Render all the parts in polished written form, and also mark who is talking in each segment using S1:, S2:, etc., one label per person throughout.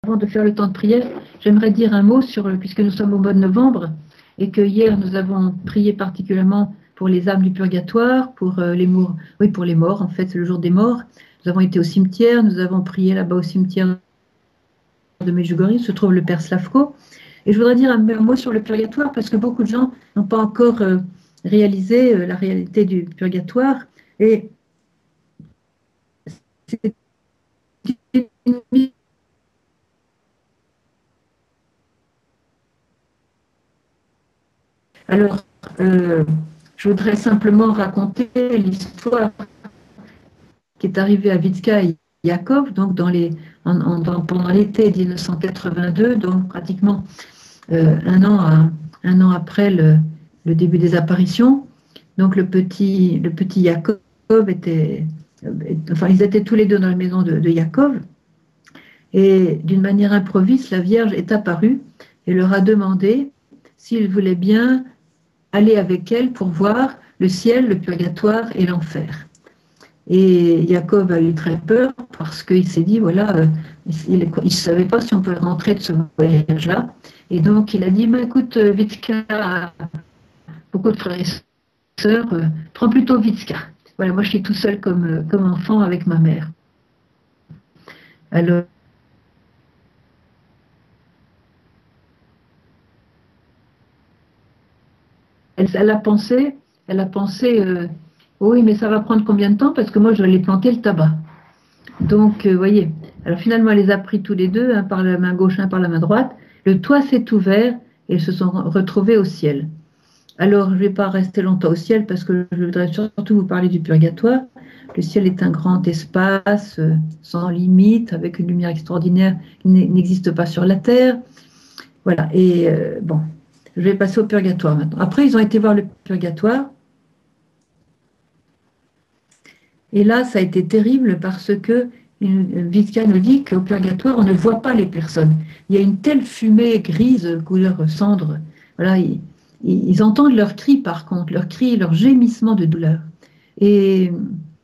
S1: avant de faire le temps de prière, j'aimerais dire un mot puisque nous sommes au mois de novembre et que hier nous avons prié particulièrement pour les âmes du purgatoire, pour les morts, oui, pour les morts, en fait, c'est le jour des morts. Nous avons été au cimetière, nous avons prié là-bas au cimetière de Medjugorje, se trouve le père Slavko. Et je voudrais dire un mot sur le purgatoire parce que beaucoup de gens n'ont pas encore réalisé la réalité du purgatoire. Et c'est une Alors, je voudrais simplement raconter l'histoire qui est arrivée à Vitska et Yakov, donc pendant l'été 1982, donc pratiquement un an après le début des apparitions. Donc le petit Yakov ils étaient tous les deux dans la maison de Yakov, et d'une manière improvise, la Vierge est apparue et leur a demandé s'ils voulaient bien aller avec elle pour voir le ciel, le purgatoire et l'enfer. Et Jacob a eu très peur parce qu'il s'est dit, voilà, il ne savait pas si on pouvait rentrer de ce voyage-là. Et donc il a dit, écoute, Vitska a beaucoup de frères et sœurs, prends plutôt Vitska. Voilà, moi je suis tout seul comme enfant avec ma mère. Alors, elle a pensé, oui, mais ça va prendre combien de temps? Parce que moi, je vais aller planter le tabac. Donc, vous voyez, alors finalement, elle les a pris tous les deux, un par la main gauche, un par la main droite. Le toit s'est ouvert et ils se sont retrouvés au ciel. Alors, je ne vais pas rester longtemps au ciel parce que je voudrais surtout vous parler du purgatoire. Le ciel est un grand espace sans limite, avec une lumière extraordinaire qui n'existe pas sur la terre. Voilà, et bon, je vais passer au purgatoire maintenant. Après, ils ont été voir le purgatoire. Et là, ça a été terrible parce que Vitka nous dit qu'au purgatoire, on ne voit pas les personnes. Il y a une telle fumée grise, couleur cendre. Voilà, ils entendent leurs cris, par contre, leurs cris, leurs gémissements de douleur. Et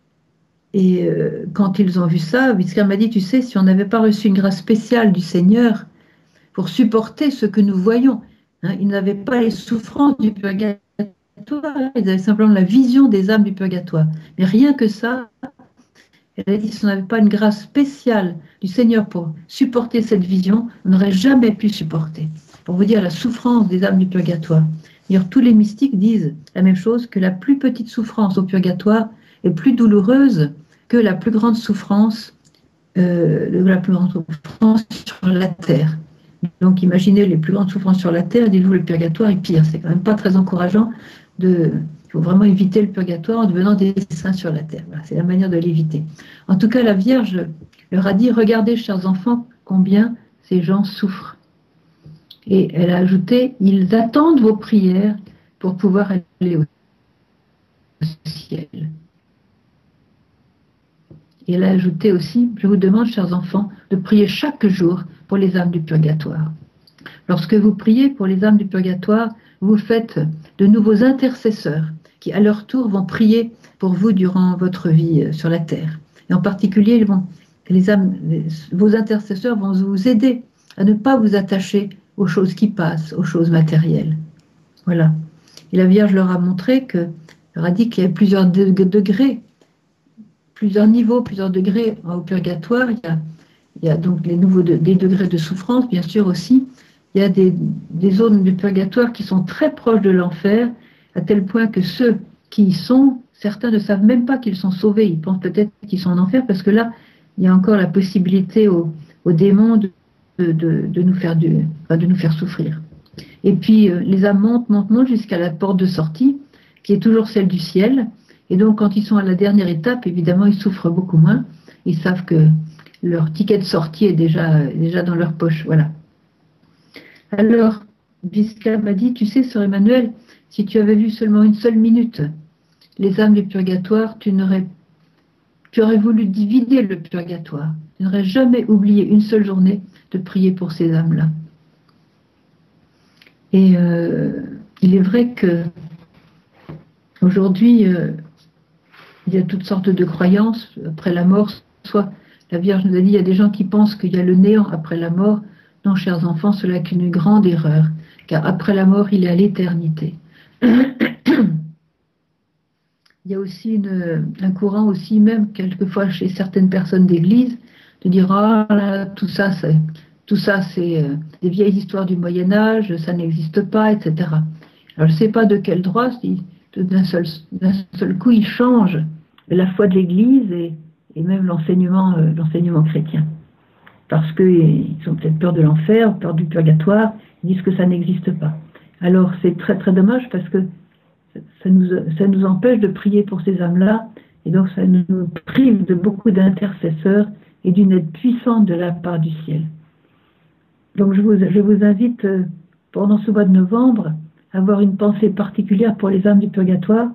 S1: quand ils ont vu ça, Vitka m'a dit, tu sais, si on n'avait pas reçu une grâce spéciale du Seigneur pour supporter ce que nous voyons, hein, ils n'avaient pas les souffrances du purgatoire, ils avaient simplement la vision des âmes du purgatoire. Mais rien que ça, elle a dit, si on n'avait pas une grâce spéciale du Seigneur pour supporter cette vision, on n'aurait jamais pu supporter. Pour vous dire la souffrance des âmes du purgatoire. D'ailleurs, tous les mystiques disent la même chose, que la plus petite souffrance au purgatoire est plus douloureuse que la plus grande souffrance, sur la terre. Donc imaginez les plus grandes souffrances sur la terre, dites-vous le purgatoire est pire. C'est quand même pas très encourageant il faut vraiment éviter le purgatoire en devenant des saints sur la terre. Voilà, c'est la manière de l'éviter. En tout cas, la Vierge leur a dit, regardez, chers enfants, combien ces gens souffrent. Et elle a ajouté, ils attendent vos prières pour pouvoir aller au ciel. Et elle a ajouté aussi, je vous demande, chers enfants, de prier chaque jour pour les âmes du purgatoire. Lorsque vous priez pour les âmes du purgatoire, vous faites de nouveaux intercesseurs qui, à leur tour, vont prier pour vous durant votre vie sur la terre. Et en particulier, vos intercesseurs vont vous aider à ne pas vous attacher aux choses qui passent, aux choses matérielles. Voilà. Et la Vierge leur a montré leur a dit qu'il y a plusieurs degrés, plusieurs niveaux, plusieurs degrés au purgatoire. Il y a donc des degrés de souffrance, bien sûr aussi. Il y a des zones du purgatoire qui sont très proches de l'enfer, à tel point que ceux qui y sont, certains ne savent même pas qu'ils sont sauvés. Ils pensent peut-être qu'ils sont en enfer, parce que là, il y a encore la possibilité aux démons de nous faire souffrir. Et puis, les âmes montent jusqu'à la porte de sortie, qui est toujours celle du ciel. Et donc, quand ils sont à la dernière étape, évidemment, ils souffrent beaucoup moins. Ils savent que leur ticket de sortie est déjà dans leur poche. Voilà. Alors, Vitska m'a dit, tu sais, sœur Emmanuelle, si tu avais vu seulement une seule minute les âmes du purgatoire, tu aurais voulu vider le purgatoire. Tu n'aurais jamais oublié une seule journée de prier pour ces âmes-là. Et il est vrai que aujourd'hui, il y a toutes sortes de croyances après la mort, soit La Vierge nous a dit, il y a des gens qui pensent qu'il y a le néant après la mort. Non, chers enfants, cela n'est qu'une grande erreur, car après la mort, il y a l'éternité. Il y a aussi un courant aussi, même quelquefois chez certaines personnes d'église, de dire ah là, tout ça c'est des vieilles histoires du Moyen Âge, ça n'existe pas, etc. Alors je ne sais pas de quel droit, si d'un seul coup ils changent la foi de l'Église et même l'enseignement chrétien, parce qu'ils ont peut-être peur de l'enfer, peur du purgatoire, ils disent que ça n'existe pas. Alors c'est très très dommage parce que ça nous empêche de prier pour ces âmes-là, et donc ça nous prive de beaucoup d'intercesseurs et d'une aide puissante de la part du ciel. Donc je vous invite, pendant ce mois de novembre, à avoir une pensée particulière pour les âmes du purgatoire,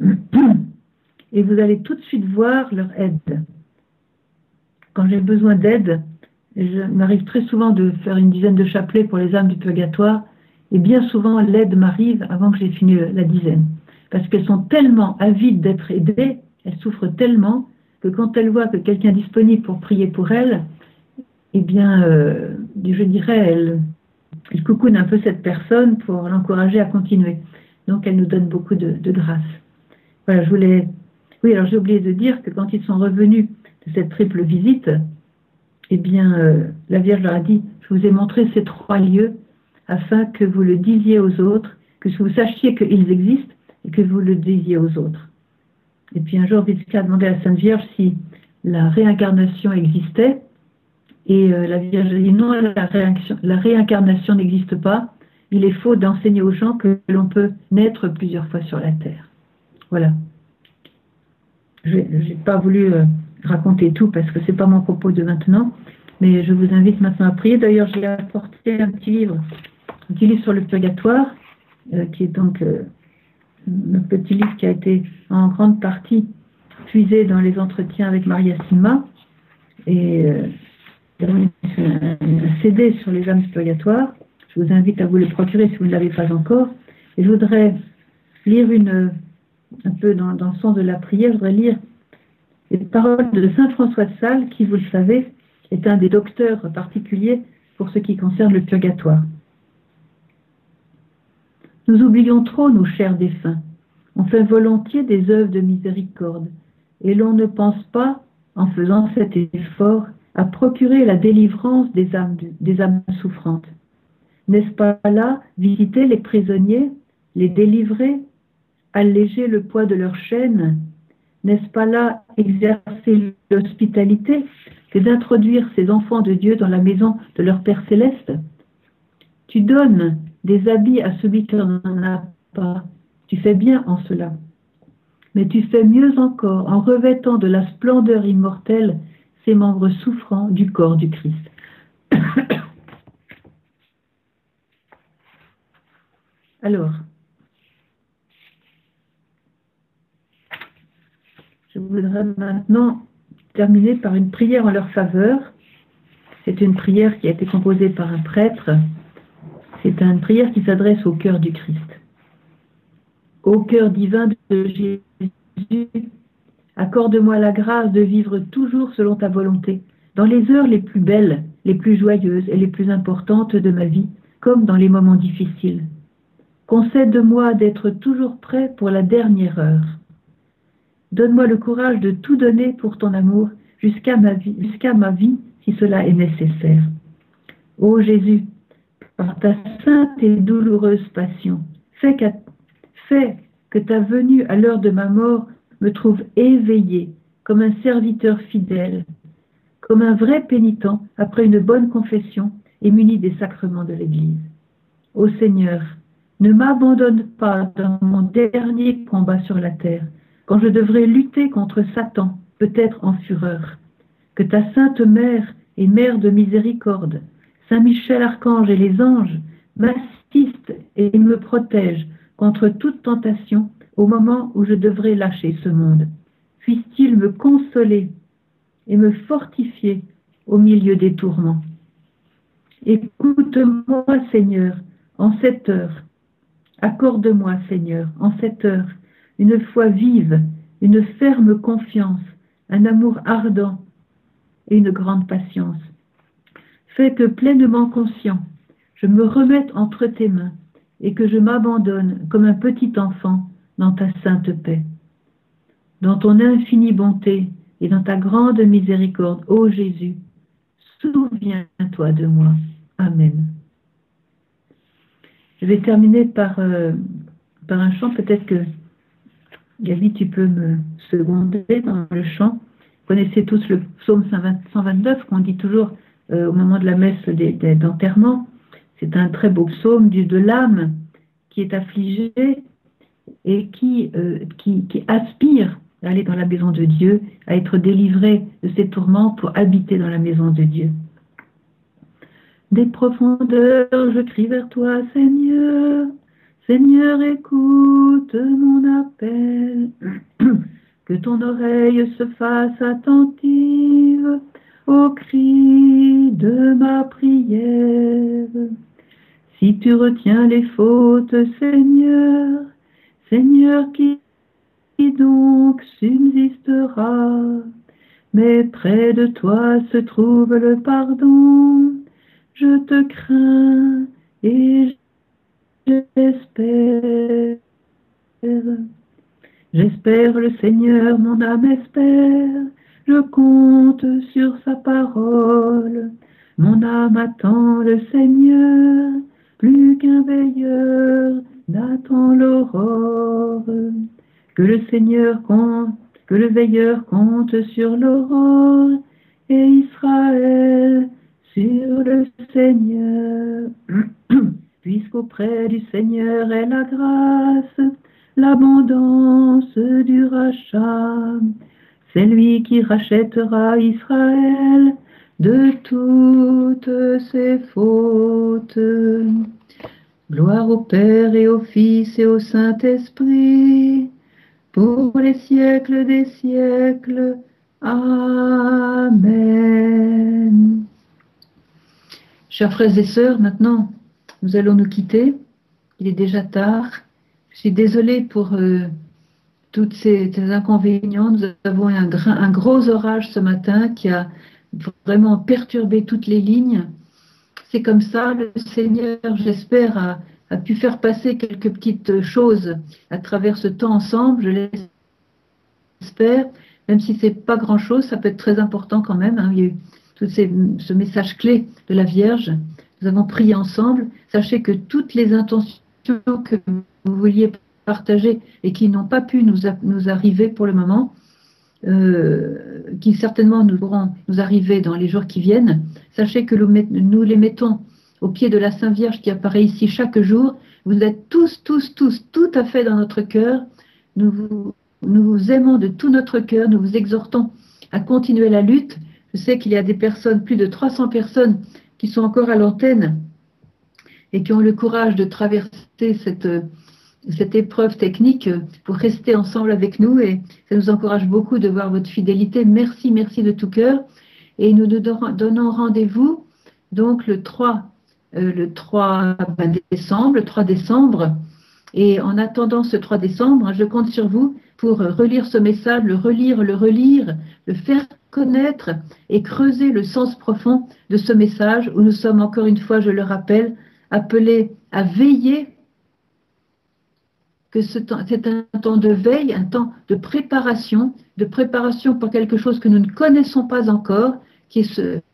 S1: et vous allez tout de suite voir leur aide. Quand j'ai besoin d'aide, il m'arrive très souvent de faire une dizaine de chapelets pour les âmes du purgatoire, et bien souvent, l'aide m'arrive avant que j'ai fini la dizaine. Parce qu'elles sont tellement avides d'être aidées, elles souffrent tellement, que quand elles voient que quelqu'un est disponible pour prier pour elles, eh bien, je dirais, elles coucounent un peu cette personne pour l'encourager à continuer. Donc, elles nous donnent beaucoup de grâce. Voilà, Oui, alors j'ai oublié de dire que quand ils sont revenus de cette triple visite, eh bien, la Vierge leur a dit, je vous ai montré ces 3 lieux, afin que vous le disiez aux autres, que vous sachiez qu'ils existent et que vous le disiez aux autres. Et puis un jour, Vitska a demandé à la Sainte Vierge si la réincarnation existait, et la Vierge a dit non, la réincarnation n'existe pas, il est faux d'enseigner aux gens que l'on peut naître plusieurs fois sur la terre. Voilà. Je n'ai pas voulu raconter tout parce que ce n'est pas mon propos de maintenant, mais je vous invite maintenant à prier. D'ailleurs, j'ai apporté un petit livre sur le purgatoire, qui est donc un petit livre qui a été en grande partie puisé dans les entretiens avec Maria Sima, et un CD sur les âmes du purgatoire. Je vous invite à vous le procurer si vous ne l'avez pas encore. Et je voudrais lire un peu dans le sens de la prière, je voudrais lire les paroles de Saint François de Sales, qui, vous le savez, est un des docteurs particuliers pour ce qui concerne le purgatoire. Nous oublions trop nos chers défunts. On fait volontiers des œuvres de miséricorde, et l'on ne pense pas, en faisant cet effort, à procurer la délivrance des âmes souffrantes. N'est-ce pas là visiter les prisonniers, les délivrer, alléger le poids de leurs chaînes? N'est-ce pas là exercer l'hospitalité que d'introduire ces enfants de Dieu dans la maison de leur Père céleste? Tu donnes des habits à celui qui n'en a pas. Tu fais bien en cela. Mais tu fais mieux encore en revêtant de la splendeur immortelle ces membres souffrants du corps du Christ. Alors, je voudrais maintenant terminer par une prière en leur faveur. C'est une prière qui a été composée par un prêtre. C'est une prière qui s'adresse au cœur du Christ. Ô cœur divin de Jésus, accorde-moi la grâce de vivre toujours selon ta volonté, dans les heures les plus belles, les plus joyeuses et les plus importantes de ma vie, comme dans les moments difficiles. Concède-moi d'être toujours prêt pour la dernière heure. Donne-moi le courage de tout donner pour ton amour jusqu'à ma vie, si cela est nécessaire. Ô Jésus, par ta sainte et douloureuse passion, fais que ta venue à l'heure de ma mort me trouve éveillé comme un serviteur fidèle, comme un vrai pénitent après une bonne confession et muni des sacrements de l'Église. Ô Seigneur, ne m'abandonne pas dans mon dernier combat sur la terre, quand je devrais lutter contre Satan, peut-être en fureur. Que ta sainte mère et mère de miséricorde, Saint Michel Archange et les anges, m'assistent et me protègent contre toute tentation au moment où je devrais lâcher ce monde. Puisse-t-il me consoler et me fortifier au milieu des tourments. Écoute-moi, Seigneur, en cette heure. Accorde-moi, Seigneur, en cette heure, une foi vive, une ferme confiance, un amour ardent, et une grande patience. Fais que pleinement conscient, je me remette entre tes mains et que je m'abandonne comme un petit enfant dans ta sainte paix. Dans ton infinie bonté et dans ta grande miséricorde, ô Jésus, souviens-toi de moi. Amen. Je vais terminer par un chant. Peut-être que, Gabi, tu peux me seconder dans le chant. Vous connaissez tous le psaume 129 qu'on dit toujours au moment de la messe d'enterrement. C'est un très beau psaume de l'âme qui est affligée et qui aspire à aller dans la maison de Dieu, à être délivré de ses tourments pour habiter dans la maison de Dieu. Des profondeurs, je crie vers toi, Seigneur. Seigneur, écoute mon appel. Que ton oreille se fasse attentive au cri de ma prière. Si tu retiens les fautes, Seigneur, Seigneur, qui donc subsistera? Mais près de toi se trouve le pardon. Je te crains et j'espère. J'espère le Seigneur, mon âme espère. Je compte sur sa parole. Mon âme attend le Seigneur, plus qu'un veilleur n'attend l'aurore. Que le veilleur compte sur l'aurore et Israël sur le Seigneur. Puisqu'auprès du Seigneur est la grâce, l'abondance du rachat. C'est lui qui rachètera Israël de toutes ses fautes. Gloire au Père et au Fils et au Saint-Esprit, pour les siècles des siècles. Amen. Chers frères et sœurs, maintenant, nous allons nous quitter. Il est déjà tard. Je suis désolée pour tous ces inconvénients. Nous avons eu un gros orage ce matin qui a vraiment perturbé toutes les lignes. C'est comme ça. Le Seigneur, j'espère, a pu faire passer quelques petites choses à travers ce temps ensemble. Je l'espère. Même si ce n'est pas grand-chose, ça peut être très important quand même. Hein. Il y a eu tout ce message clé de la Vierge. Nous avons prié ensemble. Sachez que toutes les intentions que vous vouliez partager et qui n'ont pas pu nous arriver pour le moment, qui certainement nous pourront nous arriver dans les jours qui viennent, sachez que nous les mettons au pied de la Sainte Vierge qui apparaît ici chaque jour. Vous êtes tous, tout à fait dans notre cœur. Nous vous aimons de tout notre cœur. Nous vous exhortons à continuer la lutte. Je sais qu'il y a des personnes, plus de 300 personnes, qui sont encore à l'antenne et qui ont le courage de traverser cette épreuve technique pour rester ensemble avec nous, et ça nous encourage beaucoup de voir votre fidélité. Merci de tout cœur, et nous nous donnons rendez-vous donc le 3 décembre, et en attendant ce 3 décembre, je compte sur vous pour relire ce message, le relire, le faire connaître et creuser le sens profond de ce message où nous sommes encore une fois, je le rappelle, appelés à veiller, que c'est un temps de veille, un temps de préparation pour quelque chose que nous ne connaissons pas encore, qui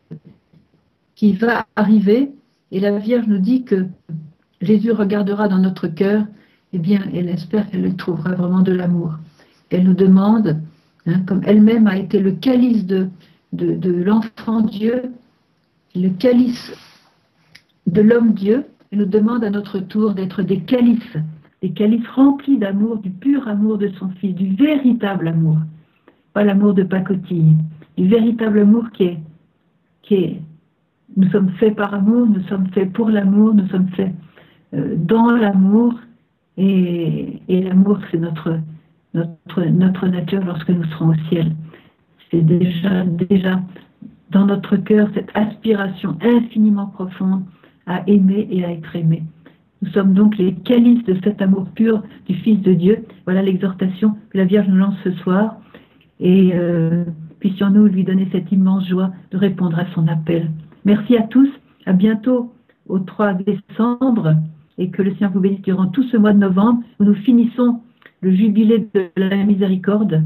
S1: va arriver. Et la Vierge nous dit que Jésus regardera dans notre cœur, eh bien, elle espère qu'elle trouvera vraiment de l'amour. Elle nous demande, hein, comme elle-même a été le calice de l'enfant Dieu, le calice de l'homme Dieu, elle nous demande à notre tour d'être des calices remplis d'amour, du pur amour de son Fils, du véritable amour, pas l'amour de pacotille, du véritable amour qui est, nous sommes faits par amour, nous sommes faits pour l'amour, nous sommes faits dans l'amour, et l'amour c'est notre nature lorsque nous serons au ciel. C'est déjà dans notre cœur cette aspiration infiniment profonde à aimer et à être aimé. Nous sommes donc les calices de cet amour pur du Fils de Dieu. Voilà l'exhortation que la Vierge nous lance ce soir. Et puissions-nous lui donner cette immense joie de répondre à son appel. Merci à tous, à bientôt au 3 décembre, et que le Seigneur vous bénisse durant tout ce mois de novembre où nous finissons le jubilé de la miséricorde,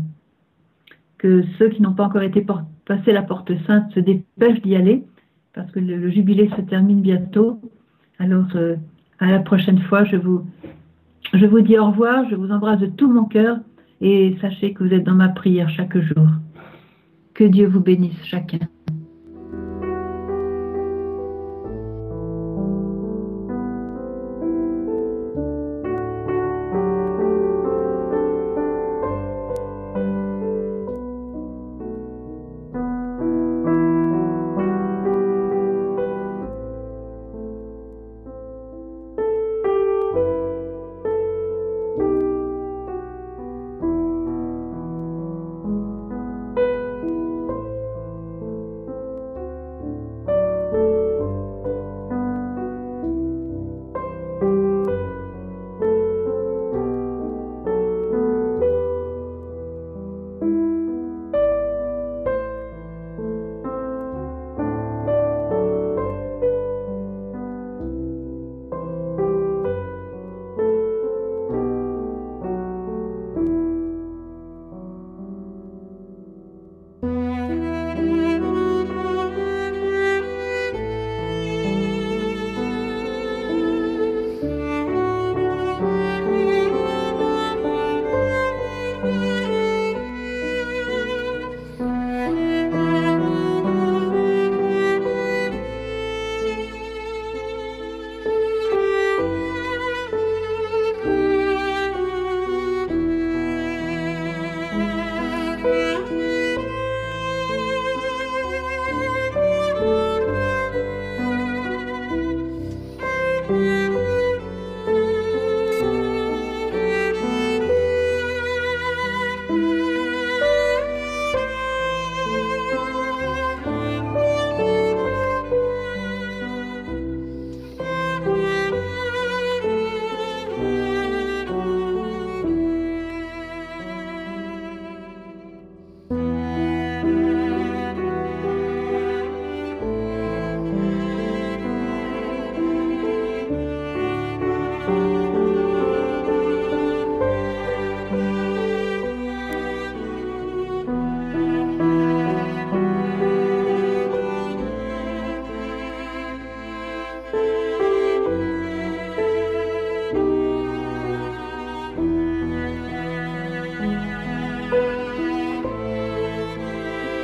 S1: que ceux qui n'ont pas encore été passés la porte sainte se dépêchent d'y aller, parce que le jubilé se termine bientôt. Alors, à la prochaine fois, je vous dis au revoir, je vous embrasse de tout mon cœur, et sachez que vous êtes dans ma prière chaque jour. Que Dieu vous bénisse chacun.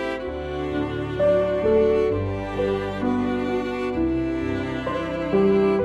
S2: Thank you.